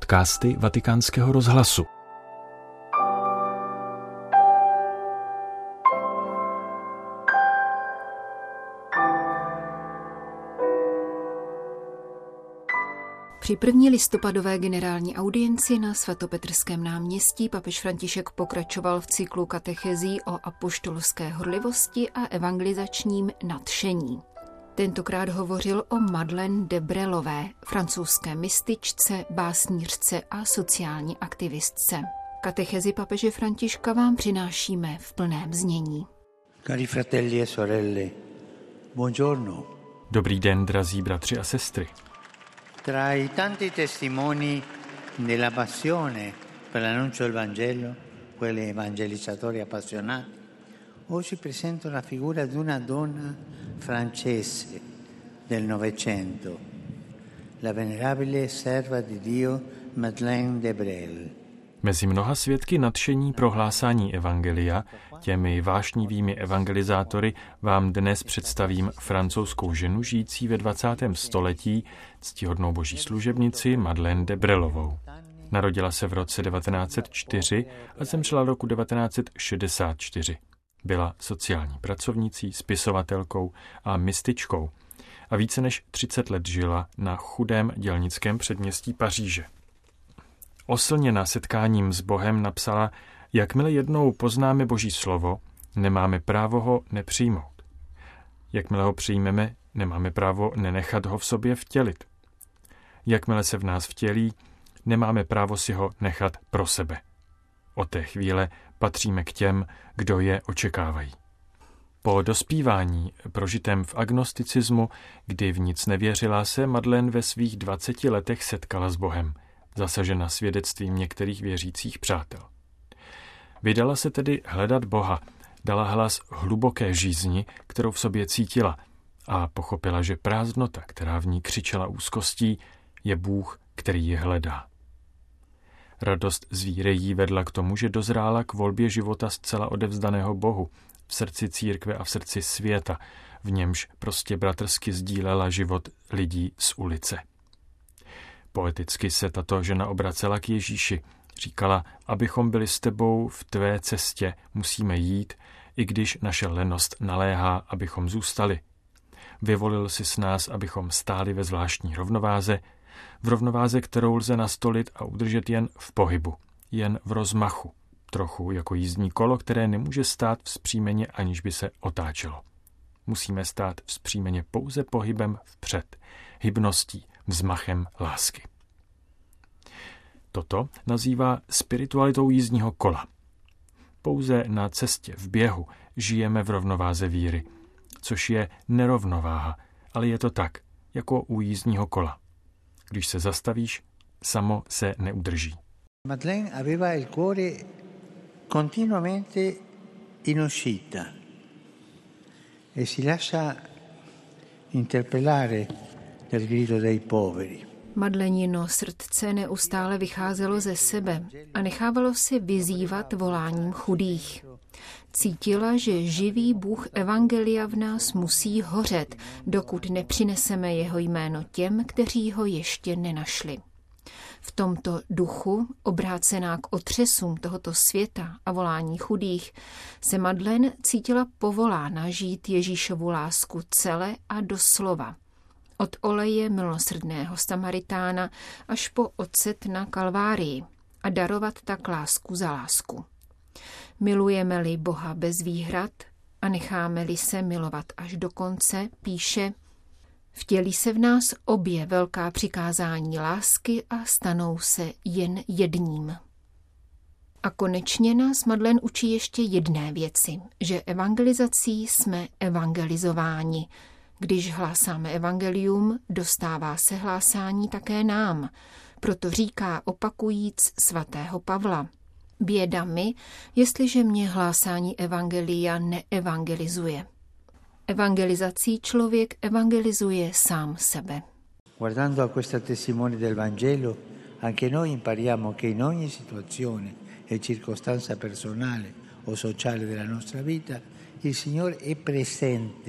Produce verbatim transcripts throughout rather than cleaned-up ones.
podcasty Vatikánského rozhlasu. Při první listopadové generální audienci na svatopetrském náměstí papež František pokračoval v cyklu katechezí o apoštolské horlivosti a evangelizačním nadšení. Tentokrát hovořil o Madeleine de Brelové, francouzské mističce, básnířce a sociální aktivistce. Katechezi papeže Františka vám přinášíme v plném znění. Cari fratelli e sorelle, buongiorno. Dobrý den, drazí bratři a sestry. Tra i tanti testimoni della passione per l'annuncio del Vangelo, quelli evangelizzatori appassionati, oggi presento la figura di una donna francese del Novecento, la venerabile serva di Dio Madeleine de Brel. Mezi mnoha svědky nadšení pro hlásání evangelia, těmi vášnivými evangelizátory, vám dnes představím francouzskou ženu žijící ve dvacátém století, ctihodnou boží služebnici Madeleine de Brelovou. Narodila se v roce devatenáct set čtyři a zemřela roku devatenáct set šedesát čtyři. Byla sociální pracovnicí, spisovatelkou a mističkou a více než třicet let žila na chudém dělnickém předměstí Paříže. Oslněna setkáním s Bohem napsala: jakmile jednou poznáme Boží slovo, nemáme právo ho nepřijmout. Jakmile ho přijmeme, nemáme právo nenechat ho v sobě vtělit. Jakmile se v nás vtělí, nemáme právo si ho nechat pro sebe. Od té chvíle patříme k těm, kdo je očekávají. Po dospívání, prožitém v agnosticismu, kdy v nic nevěřila, se Madeleine ve svých dvaceti letech setkala s Bohem, zasažena svědectvím některých věřících přátel. Vydala se tedy hledat Boha, dala hlas hluboké žízni, kterou v sobě cítila, a pochopila, že prázdnota, která v ní křičela úzkostí, je Bůh, který ji hledá. Radost z víry jí vedla k tomu, že dozrála k volbě života zcela odevzdaného Bohu, v srdci církve a v srdci světa, v němž prostě bratrsky sdílela život lidí z ulice. Poeticky se tato žena obracela k Ježíši. Říkala: abychom byli s tebou v tvé cestě, musíme jít, i když naše lenost naléhá, abychom zůstali. Vyvolil si s nás, abychom stáli ve zvláštní rovnováze, v rovnováze, kterou lze nastolit a udržet jen v pohybu, jen v rozmachu, trochu jako jízdní kolo, které nemůže stát vzpřímeně, aniž by se otáčelo. Musíme stát vzpřímeně pouze pohybem vpřed, hybností, vzmachem lásky. Toto nazývá spiritualitou jízdního kola. Pouze na cestě, v běhu, žijeme v rovnováze víry, což je nerovnováha, ale je to tak, jako u jízdního kola. Když se zastavíš, samo se neudrží. Madeleine aveva il cuore continuamente in uscita e si lascia interpellare del grido dei poveri. Madlenino srdce neustále vycházelo ze sebe a nechávalo si vyzývat voláním chudých. Cítila, že živý Bůh evangelia v nás musí hořet, dokud nepřineseme jeho jméno těm, kteří ho ještě nenašli. V tomto duchu, obrácená k otřesům tohoto světa a volání chudých, se Madeleine cítila povolána žít Ježíšovu lásku cele a doslova. Od oleje milosrdného Samaritána až po ocet na Kalvárii a darovat tak lásku za lásku. Milujeme-li Boha bez výhrad a necháme-li se milovat až do konce, píše: vtělí se v nás obě velká přikázání lásky a stanou se jen jedním. A konečně nás Madeleine učí ještě jedné věci, že evangelizací jsme evangelizováni. Když hlásáme evangelium, dostává se hlásání také nám. Proto říká opakujíc svatého Pavla: běda mi, jestliže mě hlásání evangelia neevangelizuje. Evangelizací člověk evangelizuje sám sebe. Guardando a questa testimone del Vangelo, anche noi impariamo che in ogni situazione e circostanza personale o sociale della nostra vita, il Signore è presente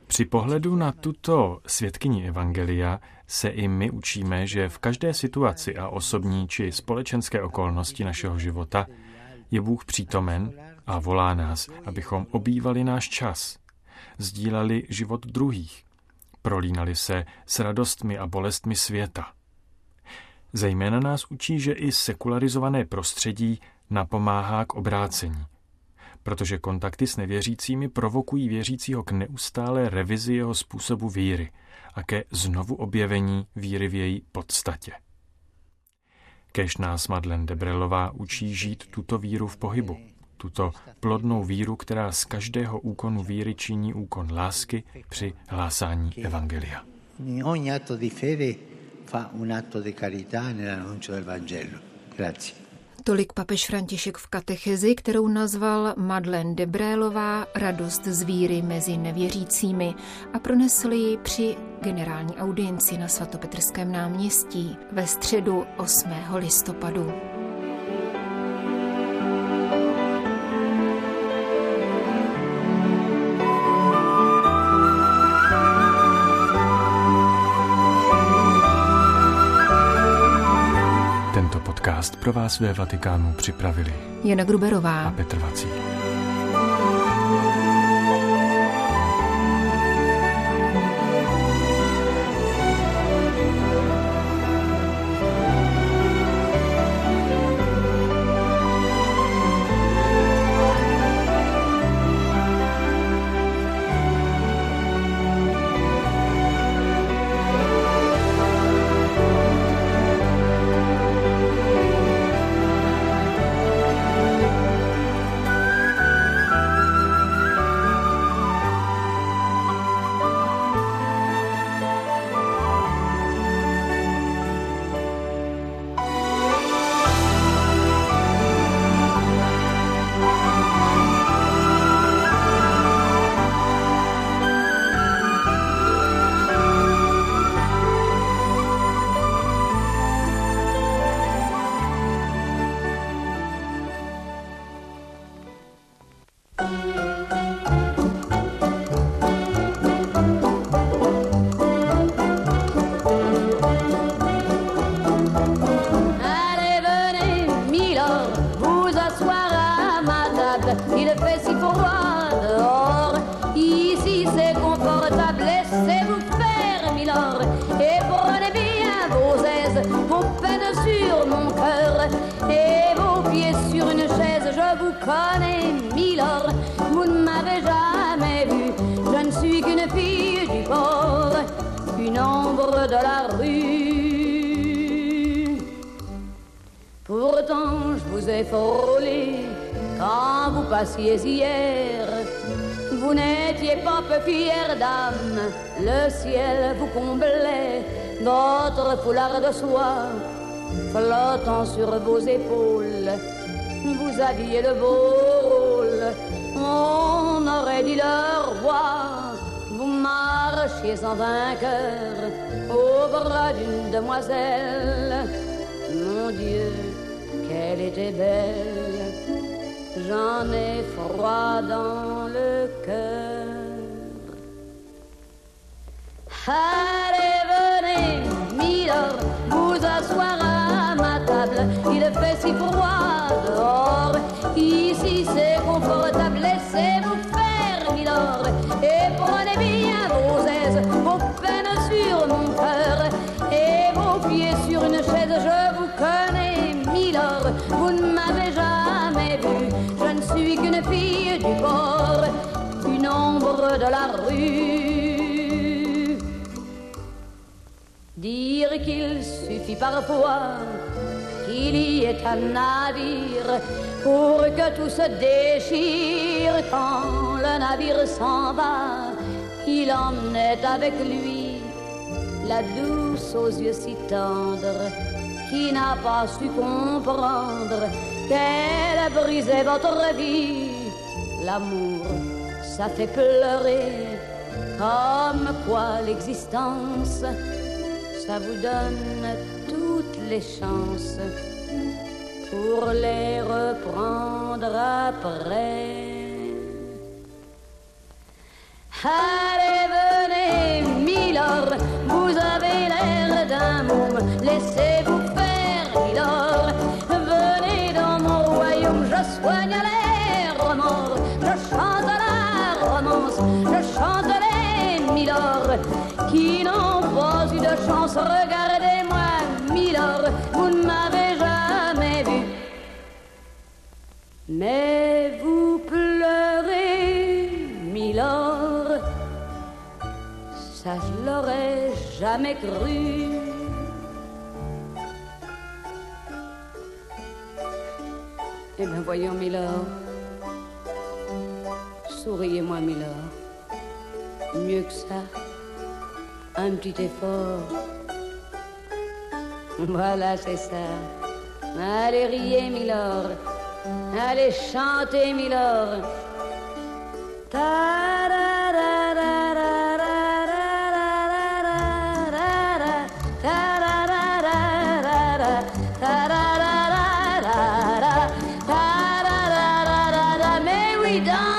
Při pohledu na tuto svědkyni evangelia se i my učíme, že v každé situaci a osobní či společenské okolnosti našeho života je Bůh přítomen a volá nás, abychom obývali náš čas, sdíleli život druhých, prolínali se s radostmi a bolestmi světa. Zejména nás učí, že i sekularizované prostředí napomáhá k obrácení, protože kontakty s nevěřícími provokují věřícího k neustálé revizi jeho způsobu víry a ke znovu objevení víry v její podstatě. Kéž nás Madeleine de Brelová učí žít tuto víru v pohybu, tuto plodnou víru, která z každého úkonu víry činí úkon lásky při hlásání evangelia. Ogni atto di fede fa un atto di carità nell'annuncio del Vangelo. Grazie. Tolik papež František v katechezi, kterou nazval Madeleine de Brelová radost z víry mezi nevěřícími a pronesl ji při generální audienci na svatopetrském náměstí ve středu osmého listopadu. Podcast pro vás ve Vatikánu připravili Jana Gruberová a Petr Vacík. Il fait si froid dehors. Ici c'est confortable, laissez-vous faire, milord. Et prenez bien vos aises, vos peines sur mon cœur et vos pieds sur une chaise. Je vous connais, milord. Vous ne m'avez jamais vu. Je ne suis qu'une fille du port, une ombre de la rue. Pourtant je vous ai frôlé quand vous passiez hier. Vous n'étiez pas peu fière d'âme, le ciel vous comblait, votre foulard de soie flottant sur vos épaules. Vous aviez le beau rôle, on aurait dit le roi. Vous marchiez en vainqueur au bras d'une demoiselle. Mon Dieu, qu'elle était belle. J'en ai froid dans le cœur. Allez, venez, milord, vous asseoir à ma table. Il fait si froid dehors. Ici c'est confortable, laissez-vous faire, milord. Et prenez bien vos aises, vos peines sur mon cœur et vos pieds sur une chaise. Je vous connais, milord, vous ne m'avez jamais vu. Je ne suis qu'une fille du port, une ombre de la rue. Dire qu'il suffit parfois qu'il y ait un navire pour que tout se déchire. Quand le navire s'en va, il emmenait avec lui la douce aux yeux si tendres qui n'a pas su comprendre qu'elle brisait votre vie. L'amour, ça fait pleurer, comme quoi l'existence, ça vous donne toutes les chances pour les reprendre après. Allez, royaume, laissez-vous faire, milord. Venez dans mon royaume, je soigne les remords, je chante la romance, je chante les milord qui n'ont pas eu de chance. Regardez-moi, milord, vous ne m'avez jamais vu, mais vous pleurez, milord. Ça je l'aurais jamais cru. Eh bien voyons, milord, souriez-moi, milord. Mieux que ça, un petit effort. Voilà, c'est ça. Allez, riez, milord. Allez, chantez, milord. Mais oui, dans